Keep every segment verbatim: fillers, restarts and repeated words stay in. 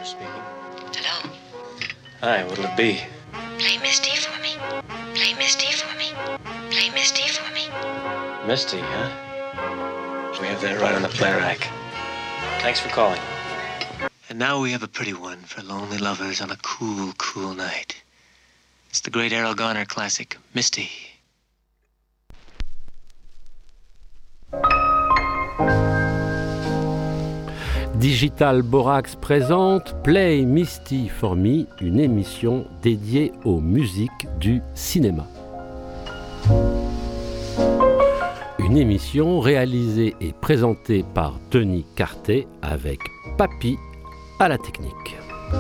speaking. Hello? Hi, what'll it be? Play Misty for me. Play Misty for me. Play Misty for me. Misty, huh? We have that right on the play rack. Thanks for calling. And now we have a pretty one for lonely lovers on a cool, cool night. It's the great Errol Garner classic, Misty. Digital Borax présente Play Misty for Me, une émission dédiée aux musiques du cinéma. Une émission réalisée et présentée par Denis Cartet avec Papy à la technique.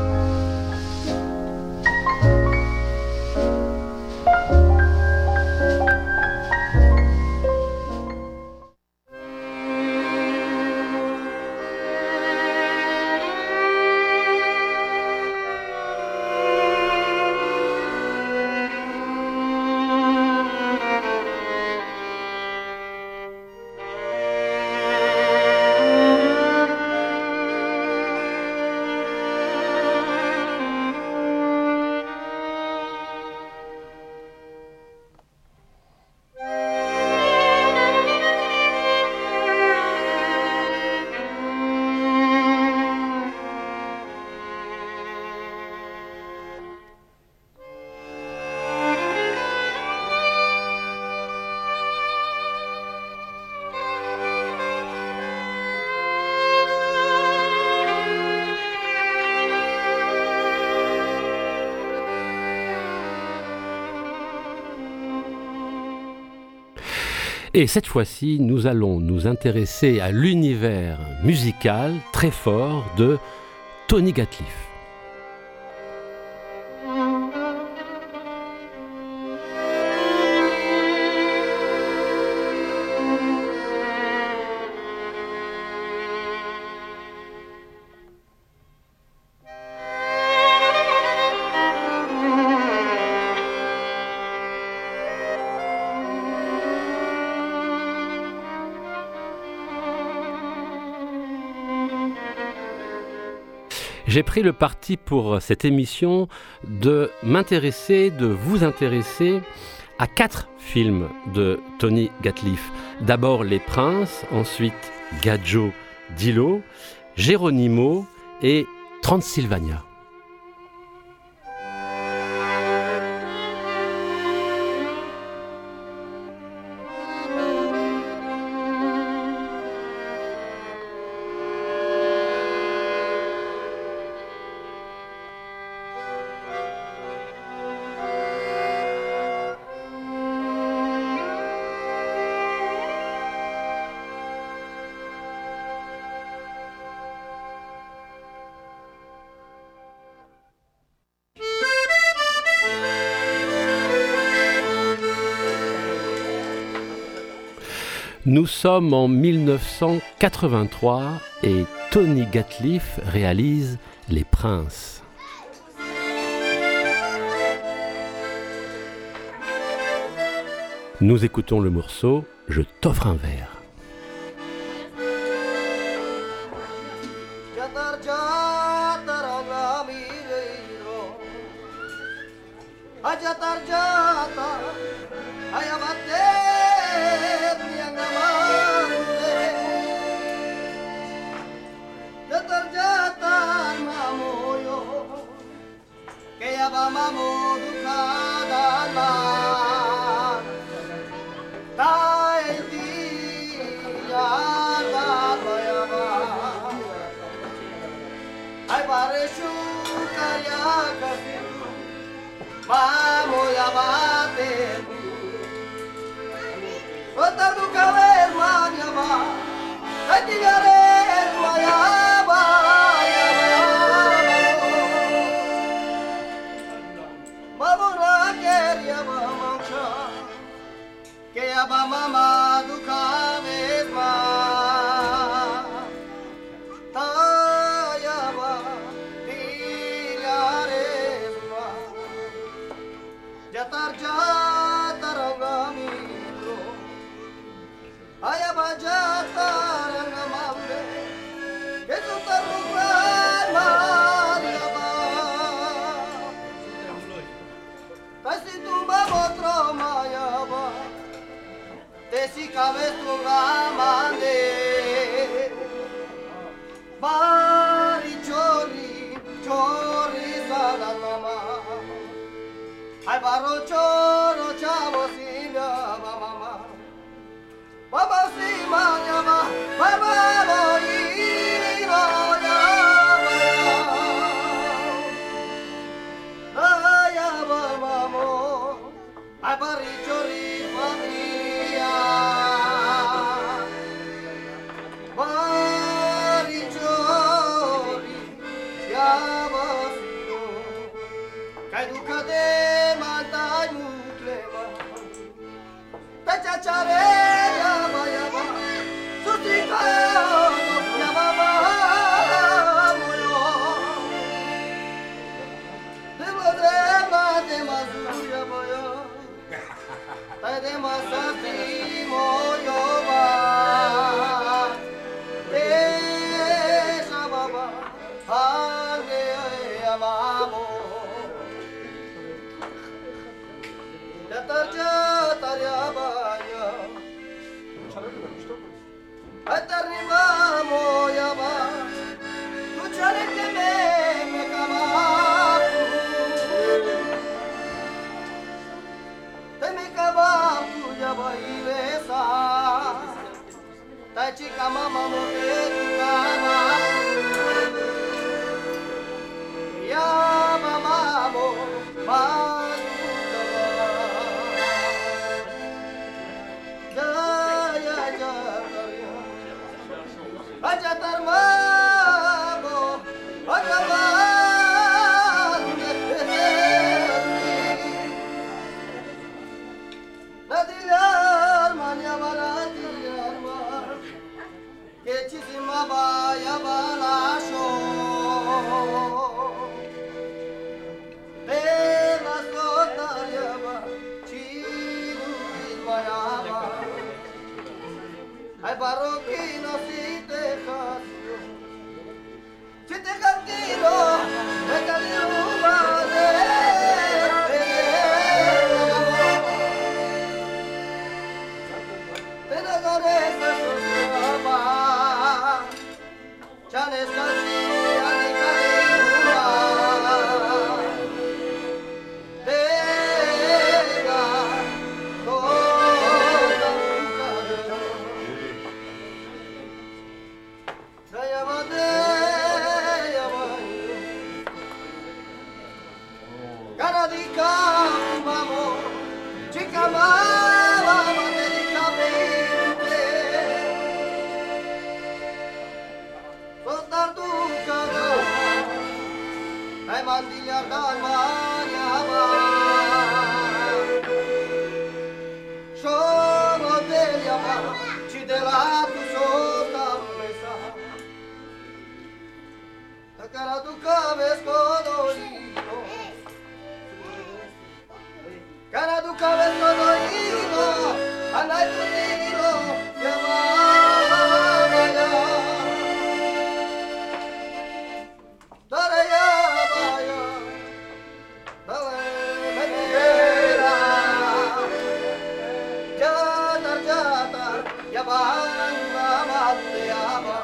Et cette fois-ci, nous allons nous intéresser à l'univers musical très fort de Tony Gatliff. J'ai pris le parti pour cette émission de m'intéresser, de vous intéresser à quatre films de Tony Gatliff. D'abord Les Princes, ensuite Gadjo Dilo, Geronimo et Transylvania. Nous sommes en mille neuf cent quatre-vingt-trois et Tony Gatliff réalise Les Princes. Nous écoutons le morceau « Je t'offre un verre ». Ayah baca tarang mambe, kesu terluka Ai baro choro chavo si llama mamá. Baba si mañana, baba voy voy ay aba mamo, ai bari chori familia. Bari chori siamo sino. Kai duka de mantai mutlema. Pecha chare yaba yaba. Sutika yaba moyo. Deva deva de mazuya moyo. Tai de masati moyo ba. De shababa. Hange yamamo. Yatarja taryabaya. Atarniva moyaba. Tu chale que me me kamapu. Te me kamapu yaba ilesa. Ta chica mama mo te tu kamapu. Ya mama mo ma. Aja tarmabo, aja bande, nadilar manya baladilar ma, que chisima vaya balasho, ela sota yaba, chilu ismayaba, ay barroquino si te casio, si te cantino, te cantino madre, te nagaré que soñaba, chanes casi ane carinua, tega toda tu Dayamade yamayo, garadika mamo, chica mama manerica pinte, soltar tu cara, ay mandillar dan mañana, sono te llama, ci dela tu sota mesa. La cara tu cabeza colorido, cara tu cabeza colorido, anda y tu tiro, llama ya, dale ya vaya, dale menera, ya tar ya tar, ya va mate ya va.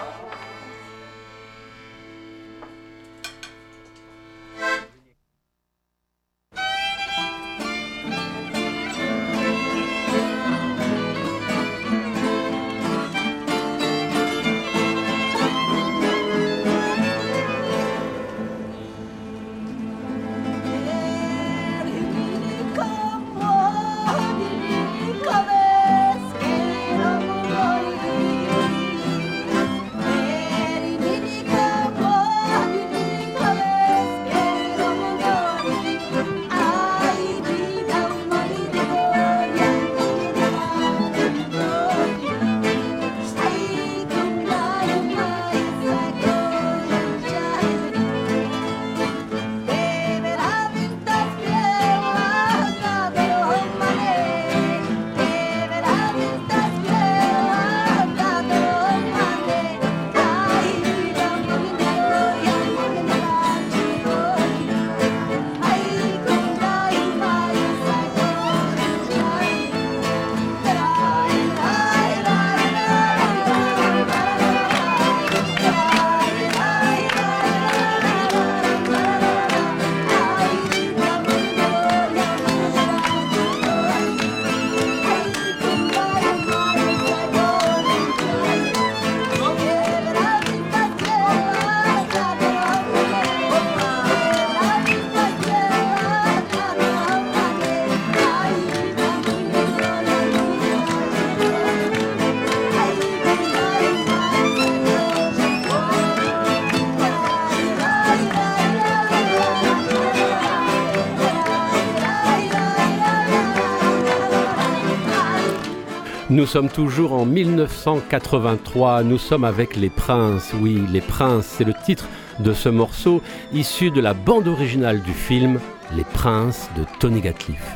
Nous sommes toujours en mille neuf cent quatre-vingt-trois, nous sommes avec Les Princes. Oui, Les Princes, c'est le titre de ce morceau issu de la bande originale du film Les Princes de Tony Gatliff.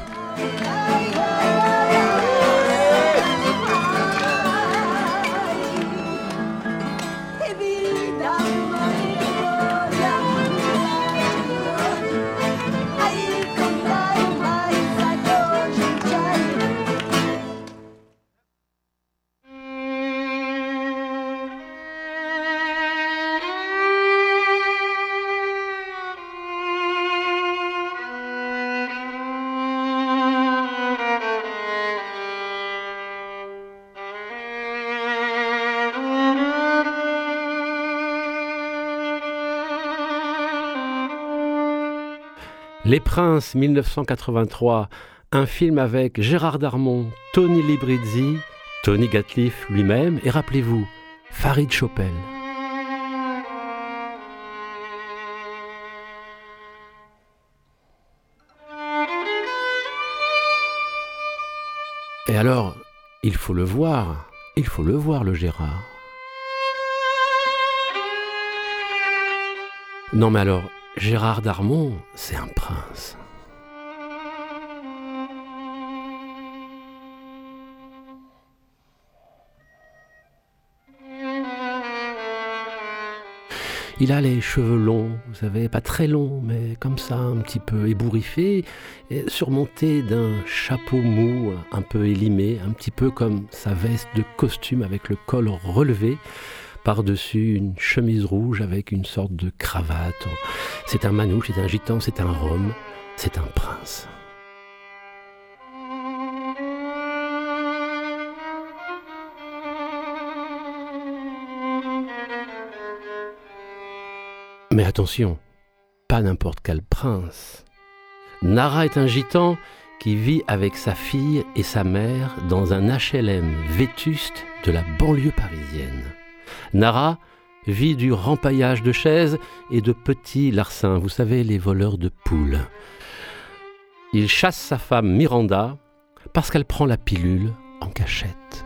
Les Princes, mille neuf cent quatre-vingt-trois, un film avec Gérard Darmon, Tony Librizzi, Tony Gatliff lui-même et rappelez-vous, Farid Chopel. Et alors, il faut le voir, il faut le voir le Gérard. Non mais alors, Gérard Darmon, c'est un prince. Il a les cheveux longs, vous savez, pas très longs, mais comme ça, un petit peu ébouriffés, et surmontés d'un chapeau mou, un peu élimé, un petit peu comme sa veste de costume avec le col relevé, par-dessus une chemise rouge avec une sorte de cravate. C'est un manouche, c'est un gitan, c'est un rome, c'est un prince. Mais attention, pas n'importe quel prince. Nara est un gitan qui vit avec sa fille et sa mère dans un H L M vétuste de la banlieue parisienne. Nara vit du rempaillage de chaises et de petits larcins, vous savez, les voleurs de poules. Il chasse sa femme Miranda parce qu'elle prend la pilule en cachette.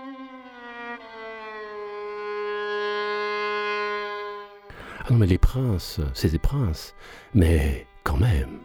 Ah non mais les princes, c'est des princes, mais quand même...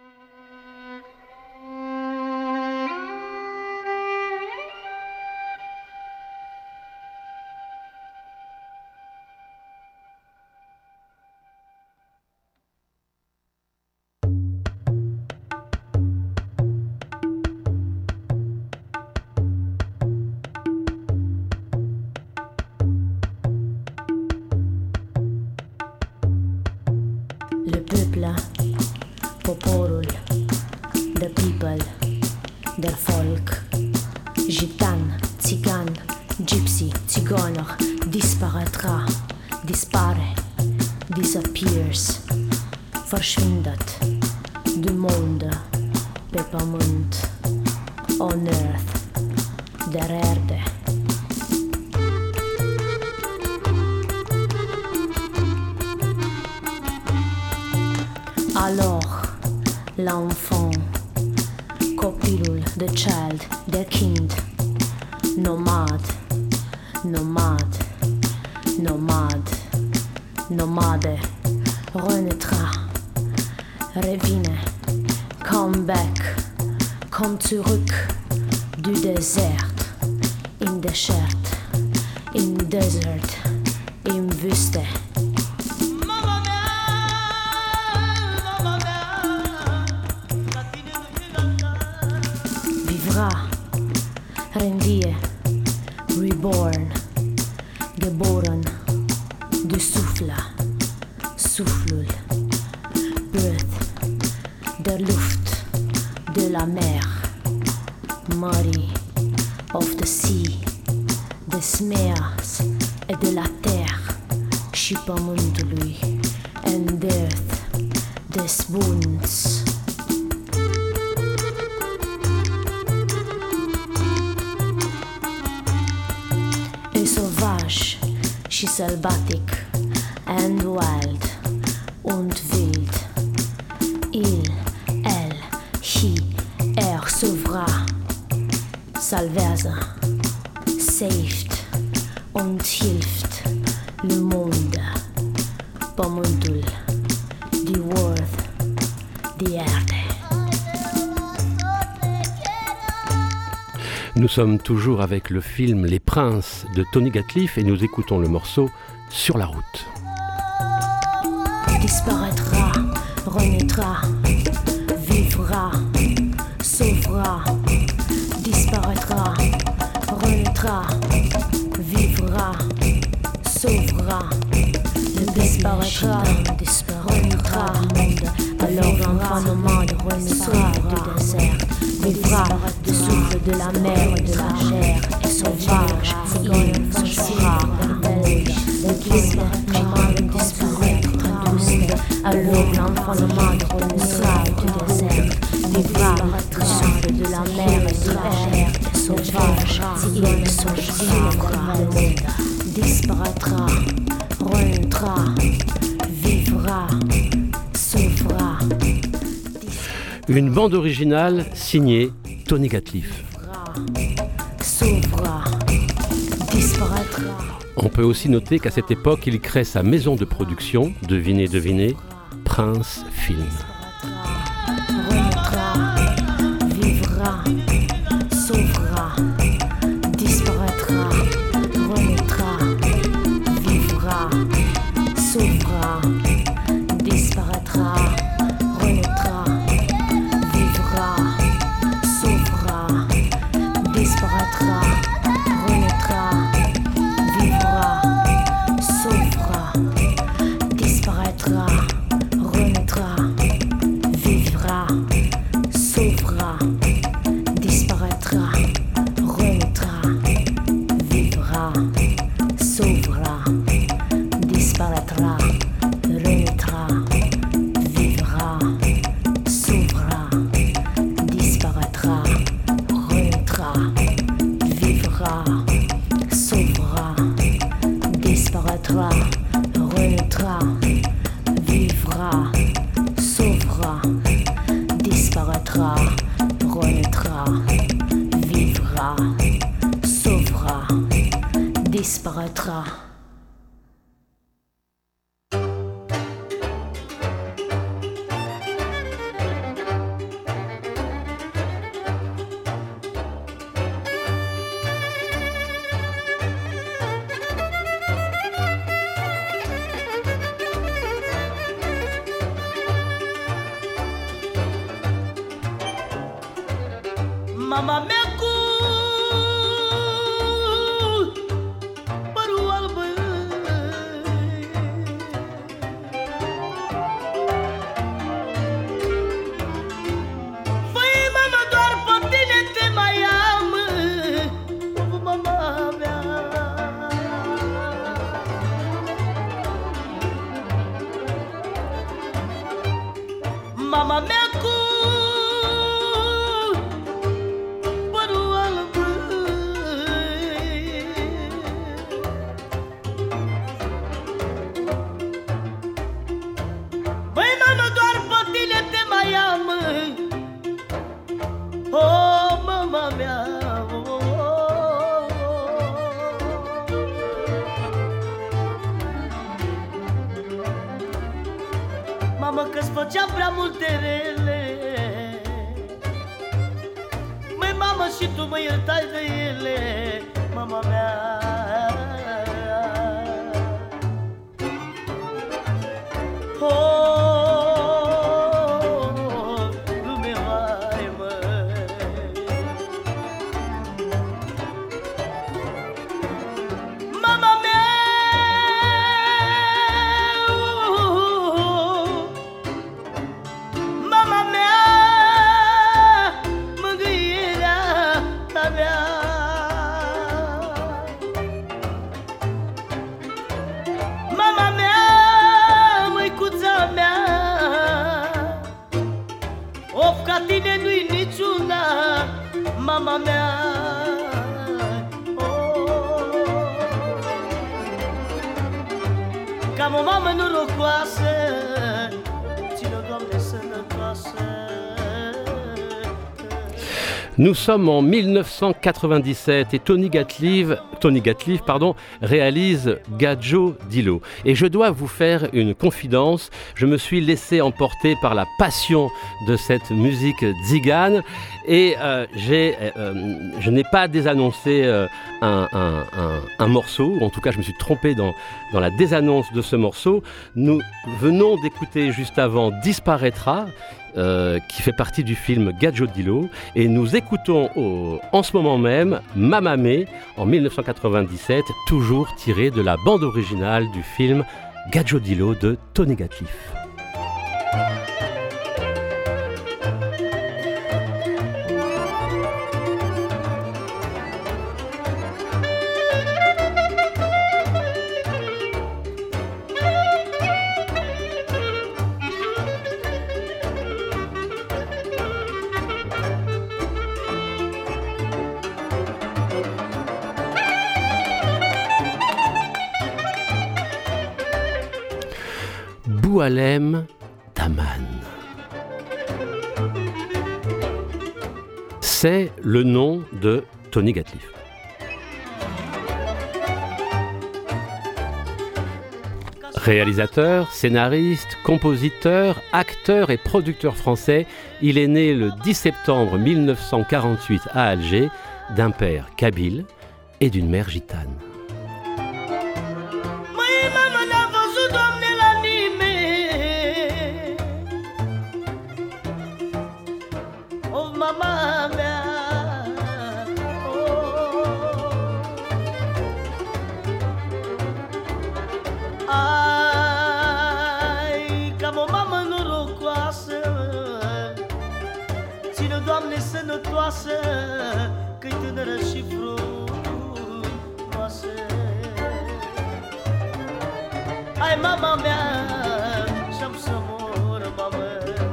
Le peuple, poporul, the people, der Volk, gitan, țigan, gypsy, țigană, disparaîtra, dispare, disappears, verschwindet, du monde, pe pământ, on earth, der Erde. Alors, l'enfant, copilul, the child, the kind, nomad, nomad, nomad, nomade, renaîtra, revine, come back, come zurück, du désert, in Desert, in desert, in Wüste. Rendie, reborn, geboren, du Souffle, Soufflul, Breath, der Luft, de la mer, Mary, of the sea, des meers et de la terre, și pământului, and earth, des bunds. Și sălbatic and wild und wild. Il, elle, he, er, sauvera, salvează, saved und hilft le monde, pământul, the world, the erde. Nous sommes toujours avec le film Les Princes de Tony Gatliff et nous écoutons le morceau Sur la route. Disparaîtra, renaîtra, vivra, sauvera. Disparaîtra, renaîtra, vivra, sauvera. Disparaîtra, renaîtra, alors l'enfant nomade renaîtra du désert, vivra du souffle de la mer et de la chair, et sauvage, s'enfuira, le guide, comment le disparaître douce, alors l'enfant nomade renaîtra du désert, vivra du souffle de la mer et de la chair, et sauvage, il s'enfuira, disparaîtra, renaîtra, vivra, sauvera. Une bande originale signée Tony Gatliff. Sauvera, disparaîtra. On peut aussi noter qu'à cette époque, il crée sa maison de production, devinez, devinez, Prince Film. Renaîtra, vivra, sauvera, disparaîtra, renaîtra, vivra, sauvera, disparaîtra, renaîtra, vivra, sauvera, disparaîtra, renaîtra, vivra, sauvera, disparaîtra, renaîtra, vivra, sauvera, disparaîtra, renaîtra, vivra, sauvera, disparaîtra, renaîtra, vivra, sauvera, disparaîtra, renaîtra, vivra, sauvera, disparaîtra, renaîtra, vivra, sauvera, disparaîtra, renaîtra, vivra, sauvera, disparaîtra. Mama meku baru alba foi mama doar pe tine te mai am mama mea mama meku oh mama mea oh, oh, oh. Mama că-ți făcea prea multe rele, măi mama și tu mă iertai de ele, mama mea. Oh mama mea, oh, cam o mamă norocoasă, ține-o, Doamne, sănătoasă. Nous sommes en mille neuf cent quatre-vingt-dix-sept et Tony Gatliff, Tony Gatliff pardon, réalise Gadjo Dilo. Et je dois vous faire une confidence, je me suis laissé emporter par la passion de cette musique tzigane et euh, j'ai, euh, je n'ai pas désannoncé euh, un, un, un, un morceau, ou en tout cas je me suis trompé dans, dans la désannonce de ce morceau. Nous venons d'écouter juste avant Disparaîtra, Euh, qui fait partie du film Gadjo Dilo, et nous écoutons au, en ce moment même Mamamé en mille neuf cent quatre-vingt-dix-sept, toujours tiré de la bande originale du film Gadjo Dilo de Tony Gatliff. Boualem Daman. C'est le nom de Tony Gatliff. Réalisateur, scénariste, compositeur, acteur et producteur français, il est né le dix septembre mille neuf cent quarante-huit à Alger d'un père kabyle et d'une mère gitane. Ai mama mea, și-am să mor, mama.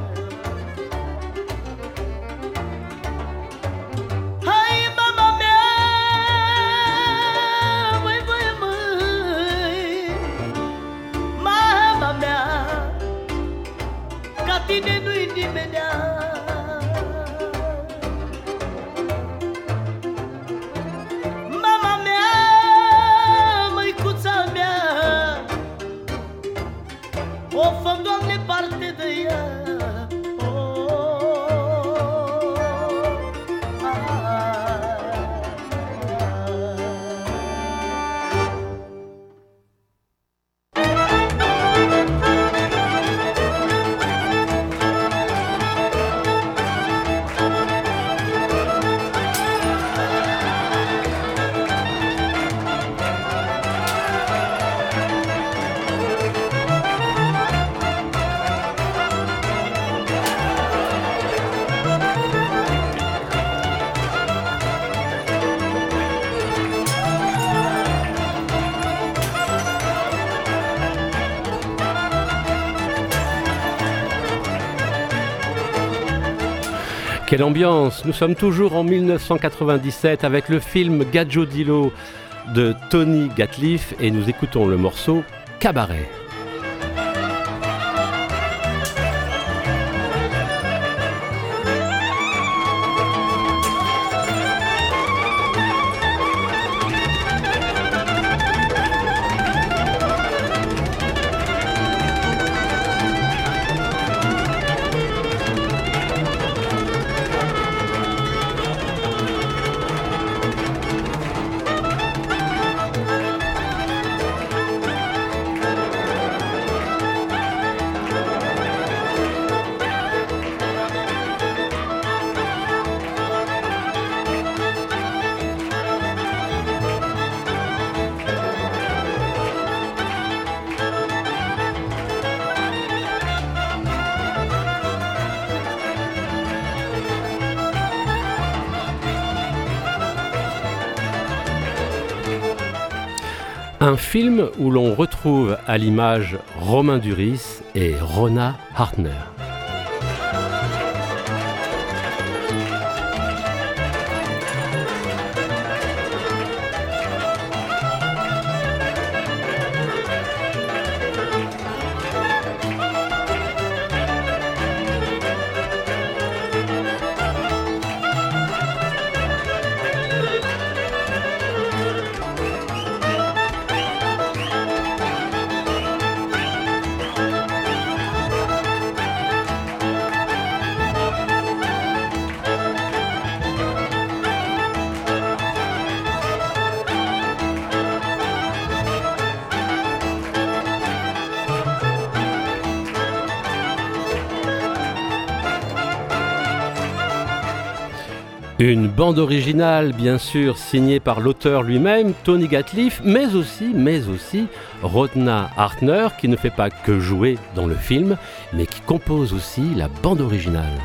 Hai mama mea, măi, măi, măi, mama mea, ca tine nu-i nimenea. Quelle ambiance! Nous sommes toujours en mille neuf cent quatre-vingt-dix-sept avec le film Gadjo Dilo de Tony Gatliff et nous écoutons le morceau Cabaret. Un film où l'on retrouve à l'image Romain Duris et Rona Hartner. Une bande originale, bien sûr, signée par l'auteur lui-même, Tony Gatliff, mais aussi, mais aussi Rona Hartner, qui ne fait pas que jouer dans le film, mais qui compose aussi la bande originale.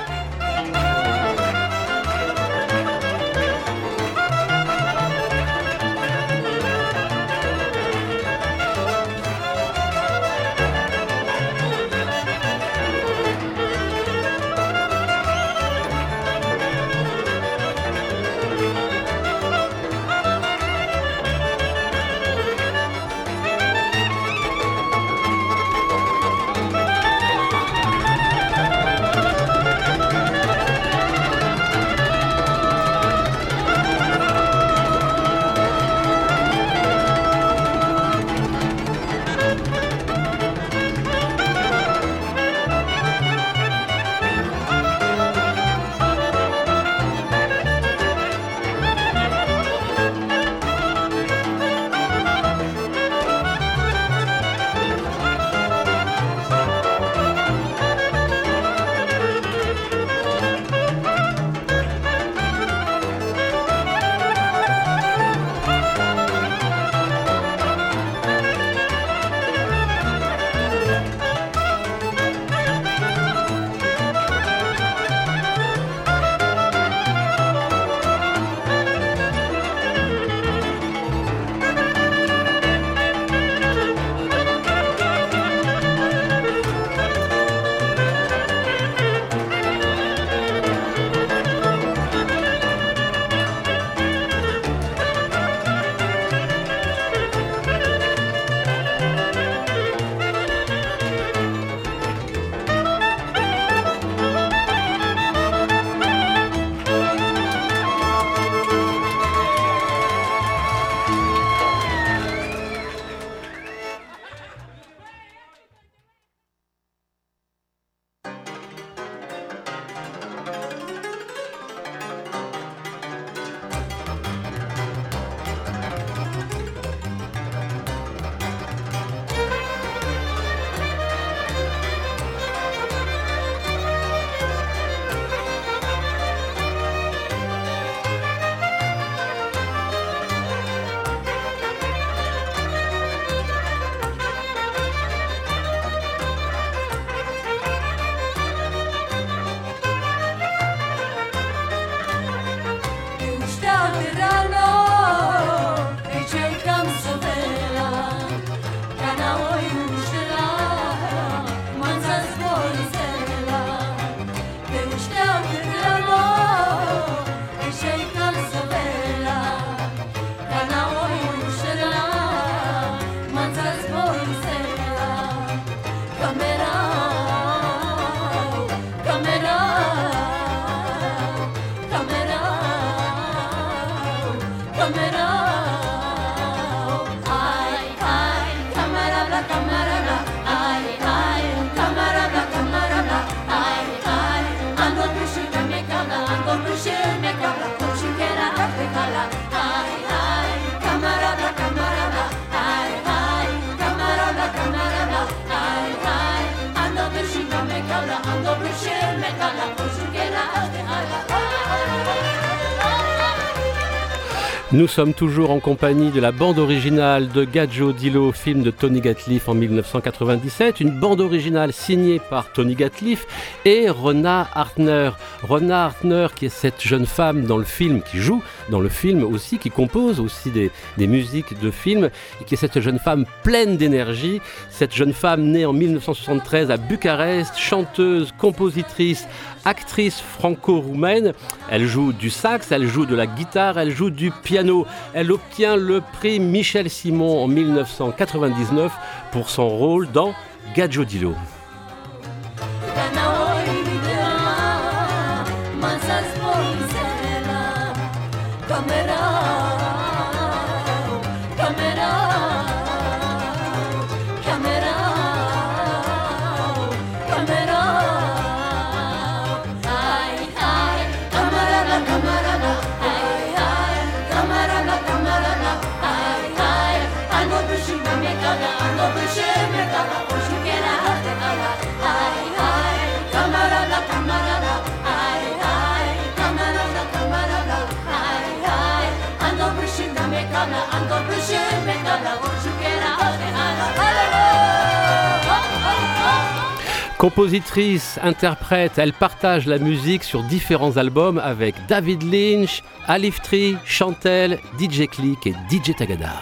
Nous sommes toujours en compagnie de la bande originale de Gadjo Dilo, film de Tony Gatliff en mille neuf cent quatre-vingt-dix-sept, une bande originale signée par Tony Gatliff et Rona Hartner. Rona Hartner qui est cette jeune femme dans le film, qui joue dans le film aussi, qui compose aussi des, des musiques de film, et qui est cette jeune femme pleine d'énergie, cette jeune femme née en mille neuf cent soixante-treize à Bucarest, chanteuse, compositrice, actrice franco-roumaine. Elle joue du sax, elle joue de la guitare, elle joue du piano. Elle obtient le prix Michel Simon en mille neuf cent quatre-vingt-dix-neuf pour son rôle dans Gadjo Dilo. Compositrice, interprète, elle partage la musique sur différents albums avec David Lynch, Alif Tree, Chantelle, D J Click et D J Tagada.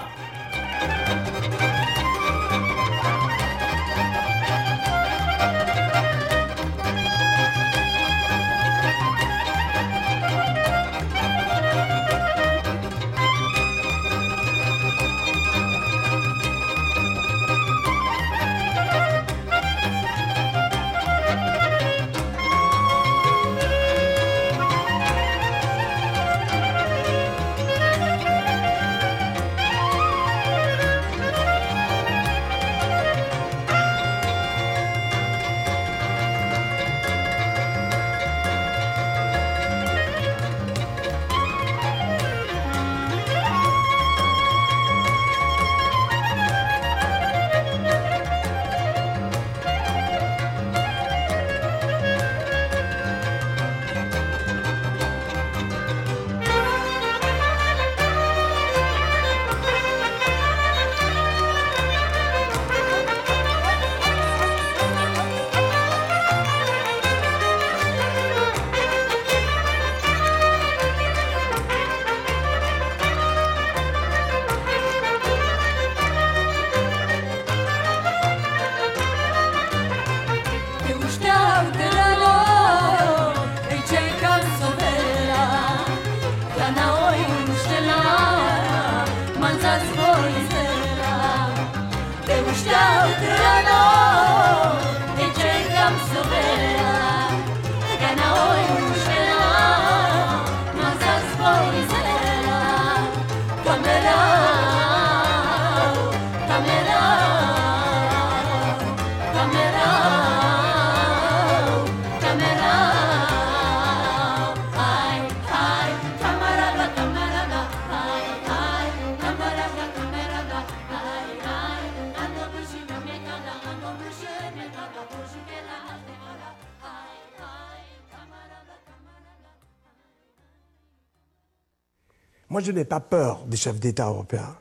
Moi, je n'ai pas peur des chefs d'État européens.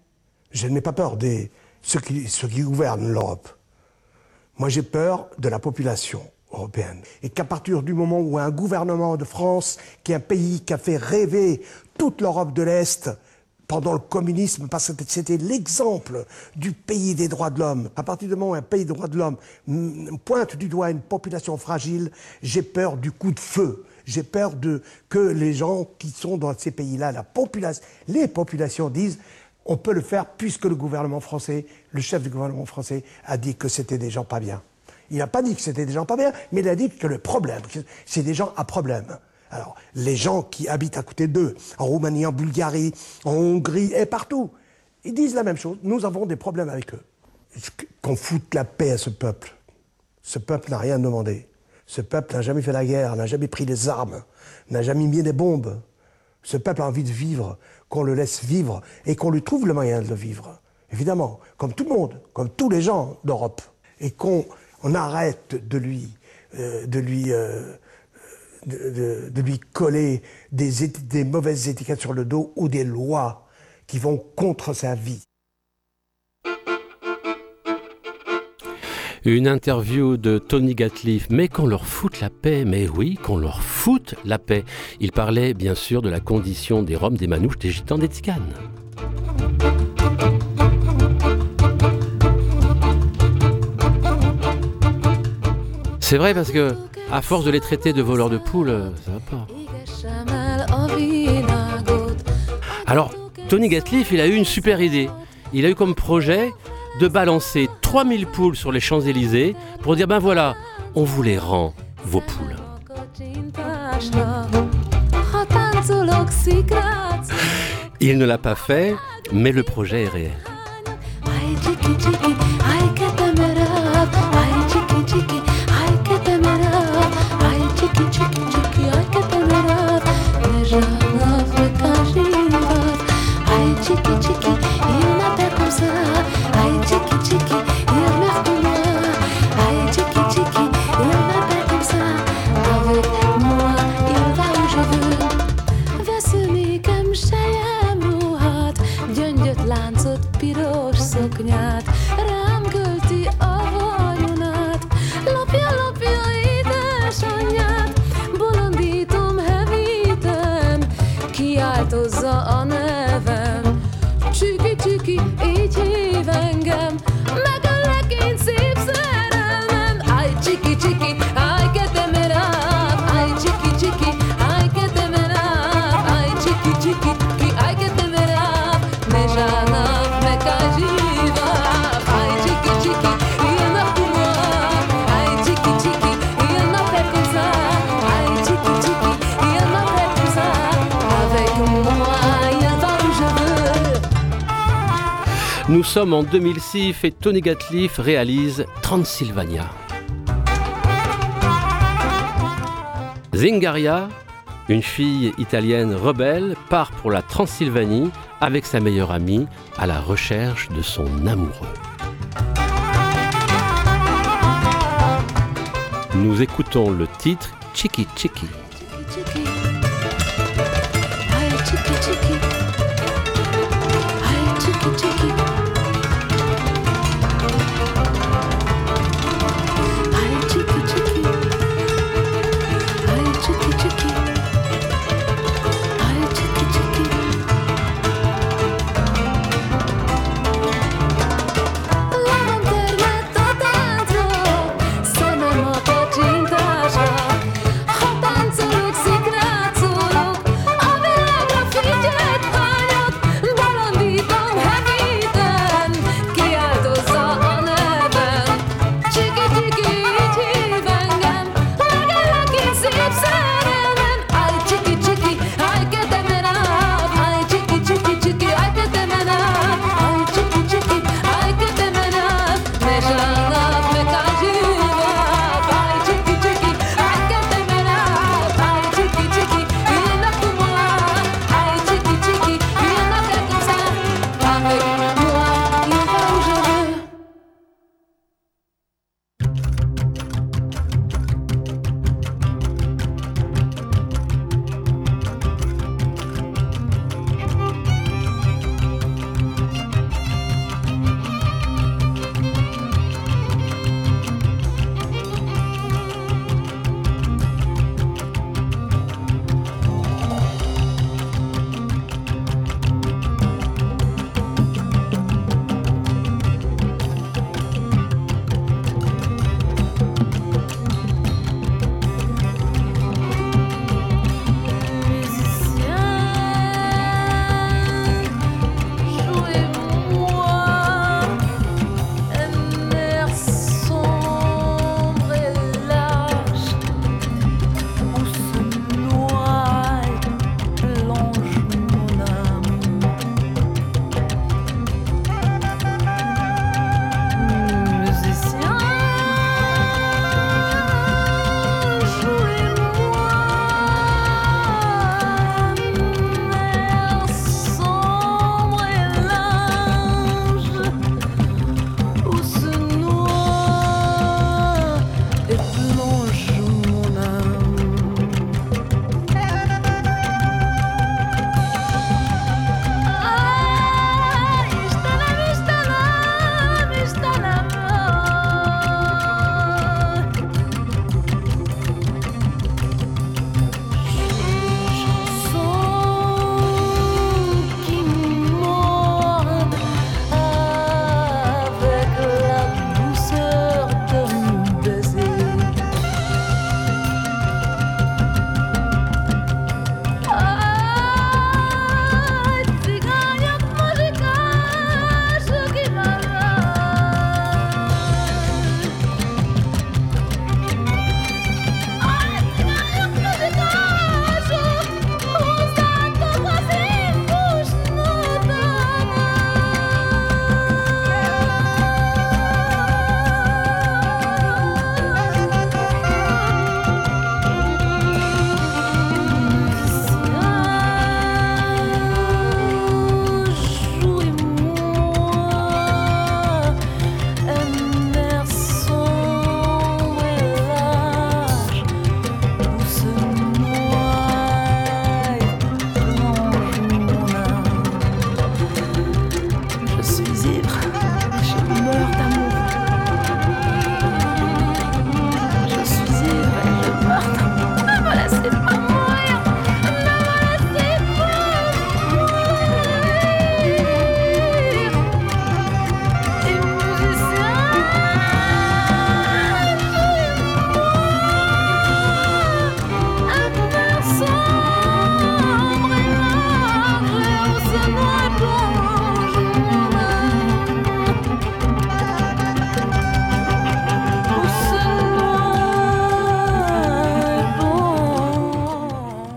Je n'ai pas peur de ceux qui, ceux qui gouvernent l'Europe. Moi, j'ai peur de la population européenne. Et qu'à partir du moment où un gouvernement de France, qui est un pays qui a fait rêver toute l'Europe de l'Est pendant le communisme, parce que c'était l'exemple du pays des droits de l'homme, à partir du moment où un pays des droits de l'homme pointe du doigt une population fragile, j'ai peur du coup de feu. J'ai peur de, que les gens qui sont dans ces pays-là, la population, les populations disent on peut le faire puisque le gouvernement français, le chef du gouvernement français a dit que c'était des gens pas bien. Il n'a pas dit que c'était des gens pas bien, mais il a dit que le problème, c'est des gens à problème. Alors, les gens qui habitent à côté d'eux, en Roumanie, en Bulgarie, en Hongrie et partout, ils disent la même chose. Nous avons des problèmes avec eux. Qu'on foute la paix à ce peuple. Ce peuple n'a rien demandé. Ce peuple n'a jamais fait la guerre, n'a jamais pris les armes, n'a jamais mis des bombes. Ce peuple a envie de vivre, qu'on le laisse vivre et qu'on lui trouve le moyen de le vivre. Évidemment, comme tout le monde, comme tous les gens d'Europe. Et qu'on on arrête de lui, euh, de, lui euh, de, de, de lui coller des, des mauvaises étiquettes sur le dos ou des lois qui vont contre sa vie. Une interview de Tony Gatliff, mais qu'on leur foute la paix, mais oui, qu'on leur foute la paix. Il parlait bien sûr de la condition des Roms, des Manouches, des Gitans, des Tziganes. C'est vrai parce que, à force de les traiter de voleurs de poules, ça va pas. Alors, Tony Gatliff, il a eu une super idée. Il a eu comme projet de balancer trois mille poules sur les Champs-Élysées pour dire ben voilà, on vous les rend, vos poules. Il ne l'a pas fait, mais le projet est réel. Láncot, piros szoknyát, rám köt. csiki, így hív engem, megöllek én szép szerelmem. Áj, csiki, csiki, áj, ketemerám, áj, csiki, csiki, áj, ketemerám, áj, csiki, csiki, ki, áj, ketemerám, nežánám, mekáž hívám, áj, čiki, čiki, il m'a pour moi, áj, čiki, čiki, il m'a fait comme ça, áj, čiki, čiki, il m'a fait comme ça, avec moi, il va où je veux. Nous sommes en deux mille six et Tony Gatliff réalise Transylvania. Zingaria, une fille italienne rebelle, part pour la Transylvanie avec sa meilleure amie à la recherche de son amoureux. Nous écoutons le titre Chiki Chiki. Chiki, ay, chiki, chiki, ay, chiki, chiki, ay, chiki, chiki, ay, chiki, chiki, ay, chiki, chiki. La lanterna tanto, se nem a pocsintása. Ha táncolok, szikrátszolok, a világra figyelt hányok, bolondítom, hevít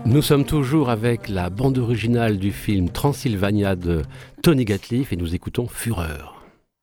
Nous sommes toujours avec la bande originale du film Transylvania de Tony Gatliff et nous écoutons Fureur.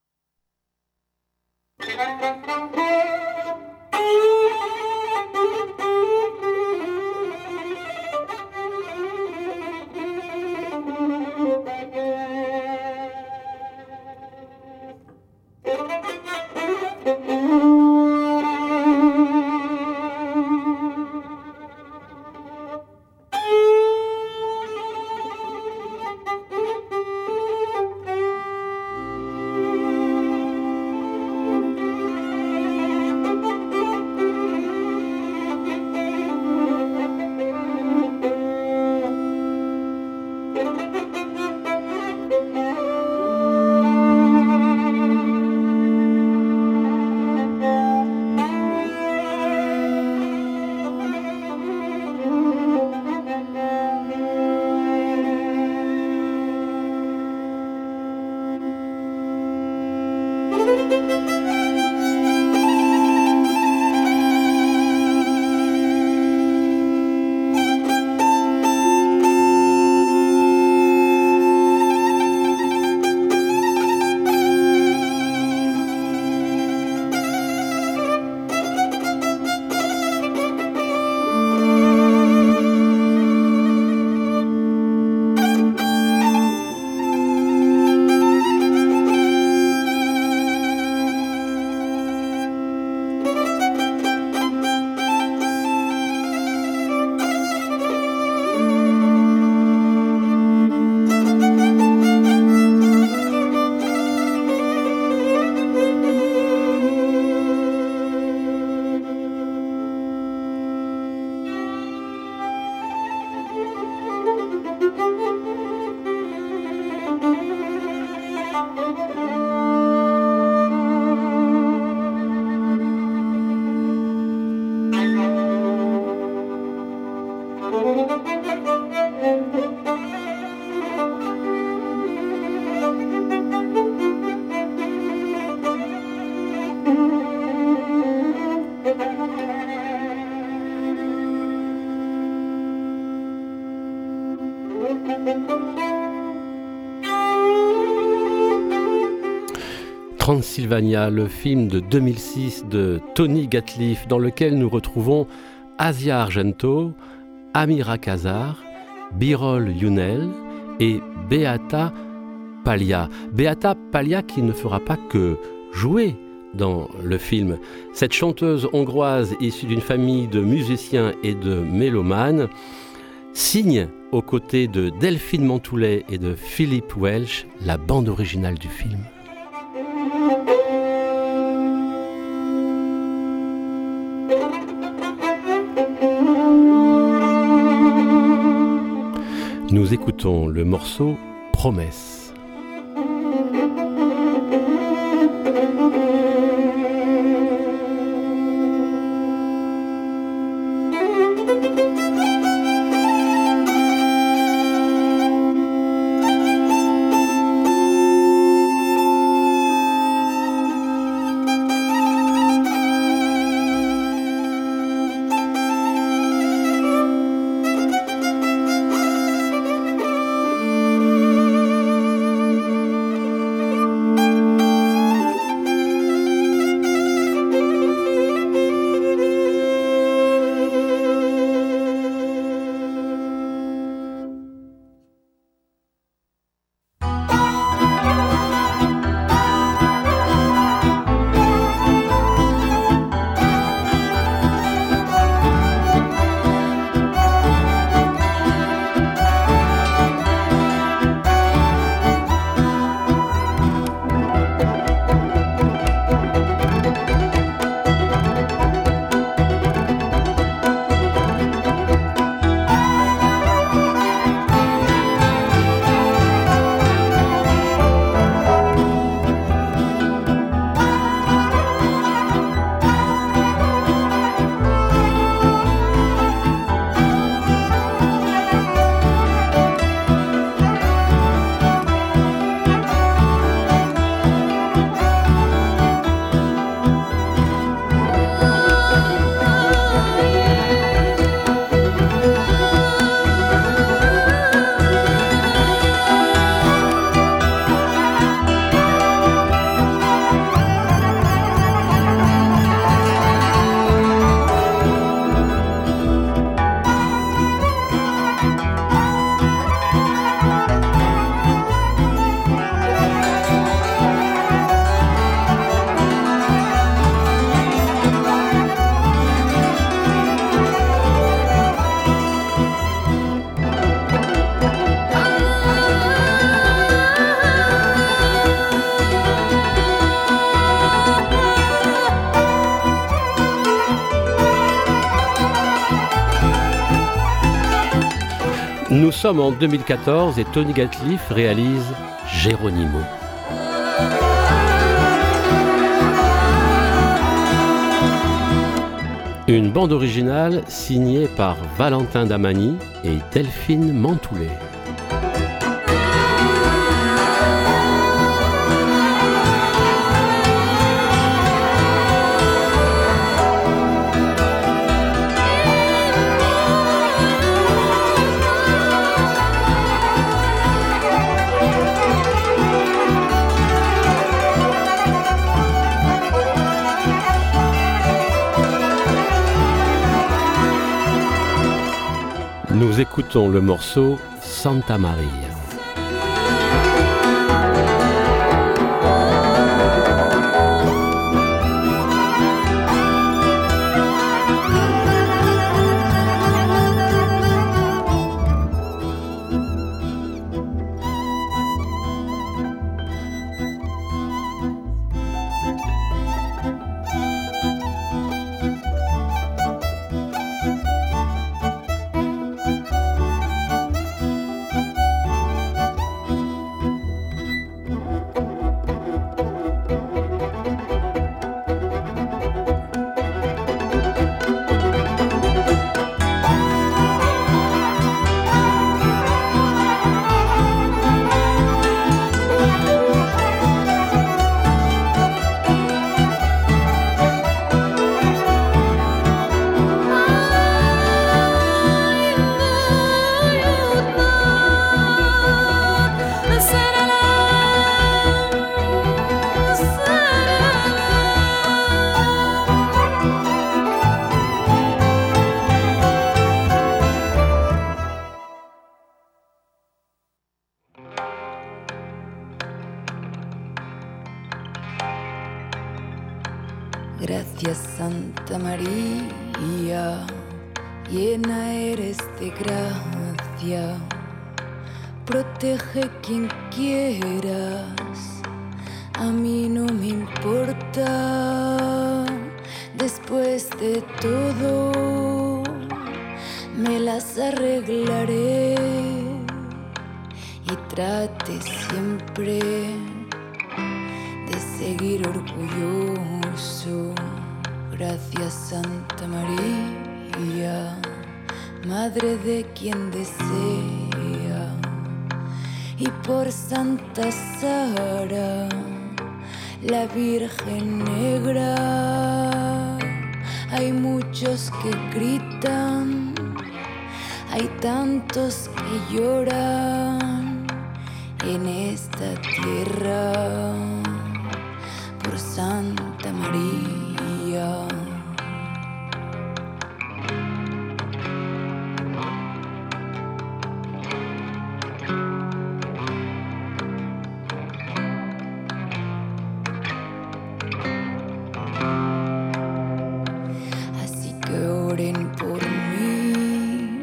Transylvania, le film de deux mille six de Tony Gatliff, dans lequel nous retrouvons Asia Argento, Amira Kazar, Birol Younel et Beata Palia. Beata Palia qui ne fera pas que jouer dans le film. Cette chanteuse hongroise issue d'une famille de musiciens et de mélomanes signe aux côtés de Delphine Montoulet et de Philip Welsh la bande originale du film. Nous écoutons le morceau Promesse. Nous sommes en deux mille quatorze et Tony Gatliff réalise Geronimo. Une bande originale signée par Valentin Damani et Delphine Mantoulet. Nous écoutons le morceau Santa Maria. Gracias Santa María, llena eres de gracia, protege quien quieras, a mí no me importa, después de todo me las arreglaré y trate siempre de seguir orgulloso. Gracias Santa María, Madre de quien desea, y por Santa Sara, la Virgen Negra. Hay muchos que gritan, hay tantos que lloran en esta tierra por Santa María. Así que oren por mí,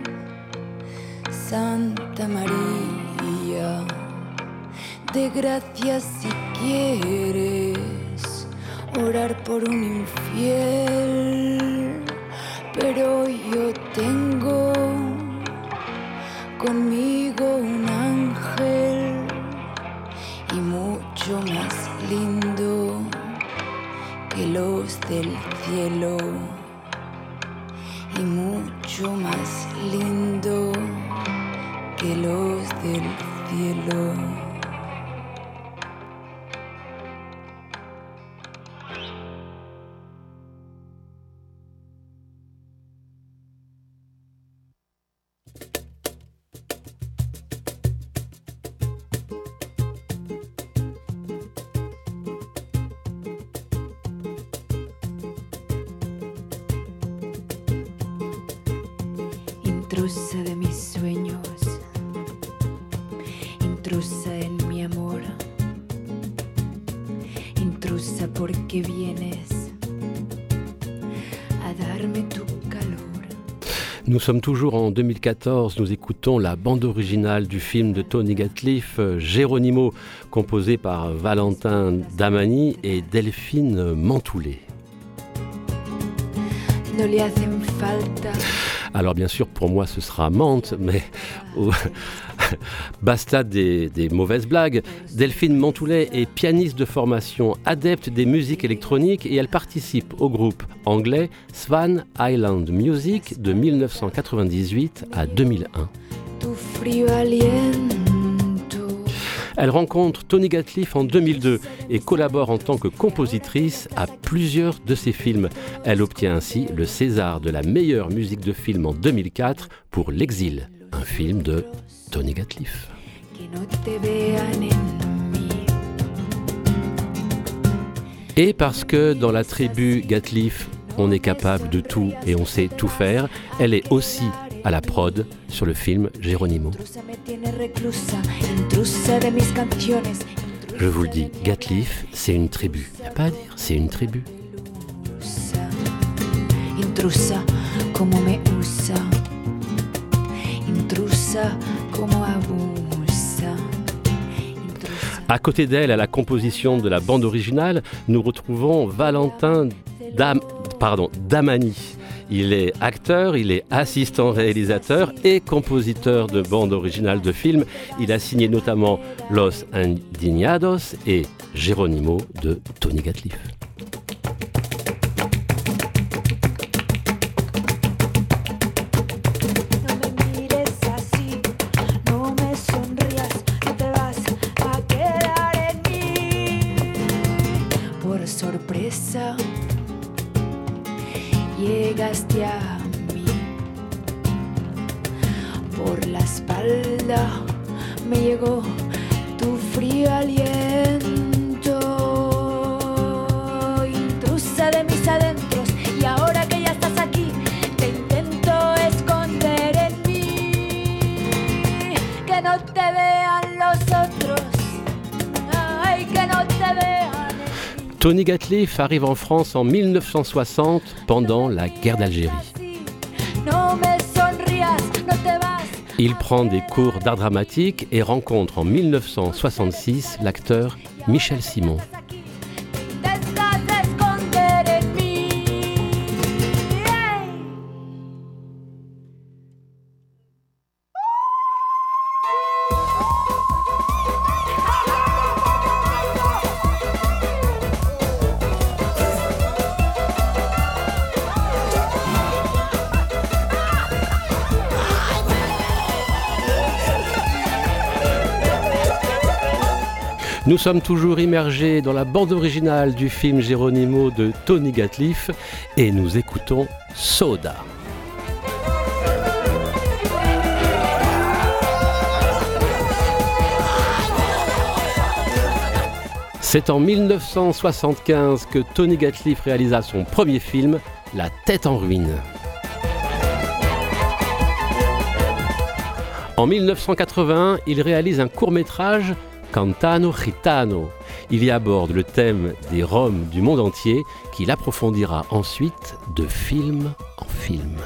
Santa María, de gracias si quieres orar por un infiel, pero yo tengo conmigo un ángel y mucho más lindo que los del cielo, y mucho más lindo que los del cielo. Intrusa de mis sueños, intrusa en mi amor, intrusa porque vienes a darme tu calor. Nous sommes toujours en deux mille quatorze, nous écoutons la bande originale du film de Tony Gatliff, Geronimo, composé par Valentin Damani et Delphine Mantoulet. No le hacen falta. Alors bien sûr, pour moi, ce sera Mantes, mais oh, basta des, des mauvaises blagues. Delphine Montoulet est pianiste de formation, adepte des musiques électroniques et elle participe au groupe anglais Swan Island Music de mille neuf cent quatre-vingt-dix-huit à deux mille un. Elle rencontre Tony Gatliff en deux mille deux et collabore en tant que compositrice à plusieurs de ses films. Elle obtient ainsi le César de la meilleure musique de film en deux mille quatre pour L'Exil, un film de Tony Gatliff. Et parce que dans la tribu Gatliff, on est capable de tout et on sait tout faire, elle est aussi à la prod sur le film Geronimo. Je vous le dis, Gatliff, c'est une tribu. Il n'y a pas à dire, c'est une tribu. À côté d'elle, à la composition de la bande originale, nous retrouvons Valentin Dam... Pardon, Damani. Il est acteur, il est assistant réalisateur et compositeur de bandes originales de films. Il a signé notamment Los Indignados et Geronimo de Tony Gatliff. Llegaste a mí por la espalda, me llegó tu frío aliento, intrusa de mis adentros, y ahora que ya estás aquí, te intento esconder en mí, que no te vean los otros, ay, que no te vean. Tony Gatliff arrive en France en mille neuf cent soixante pendant la guerre d'Algérie. Il prend des cours d'art dramatique et rencontre en mille neuf cent soixante-six l'acteur Michel Simon. Nous sommes toujours immergés dans la bande originale du film Geronimo de Tony Gatliff et nous écoutons Soda. C'est en mille neuf cent soixante-quinze que Tony Gatliff réalisa son premier film, La tête en ruine. En mille neuf cent quatre-vingt-un, il réalise un court-métrage Cantano Gitano. Il y aborde le thème des Roms du monde entier qu'il approfondira ensuite de film en film.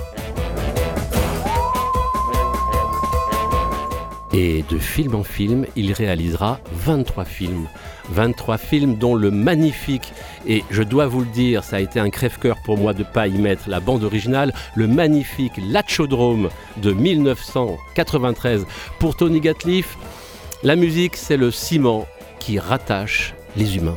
Et de film en film, il réalisera vingt-trois films. vingt-trois films dont le magnifique, et je dois vous le dire, ça a été un crève-cœur pour moi de ne pas y mettre la bande originale, le magnifique L'Achodrome de mille neuf cent quatre-vingt-treize. Pour Tony Gatliff, la musique, c'est le ciment qui rattache les humains.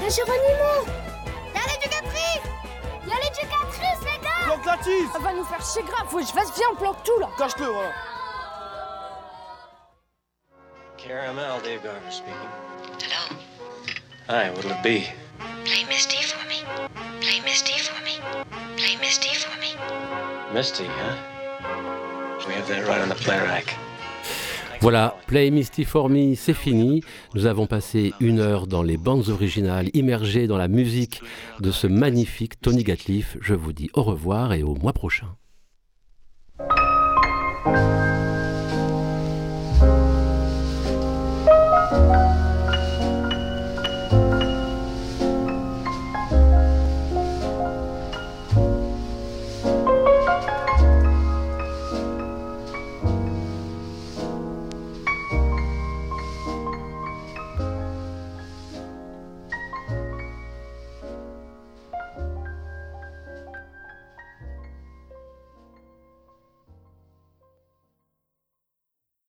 c'est Géronimo. Y'a l'éducatrice. Y'a l'éducatrice, les gars. Planque la tisse. Elle va nous faire chier grave, faut que je fasse, viens, on planque tout, là. Cache-le, voilà. K R M L, Dave Garver speaking. Hello? Hi, what'll it be? Play Misty for me. Play Misty for me. Play Misty for me. Misty, huh? We have that right on the play rack. Voilà, Play Misty for Me, c'est fini. Nous avons passé une heure dans les bandes originales, immergées dans la musique de ce magnifique Tony Gatliff. Je vous dis au revoir et au mois prochain.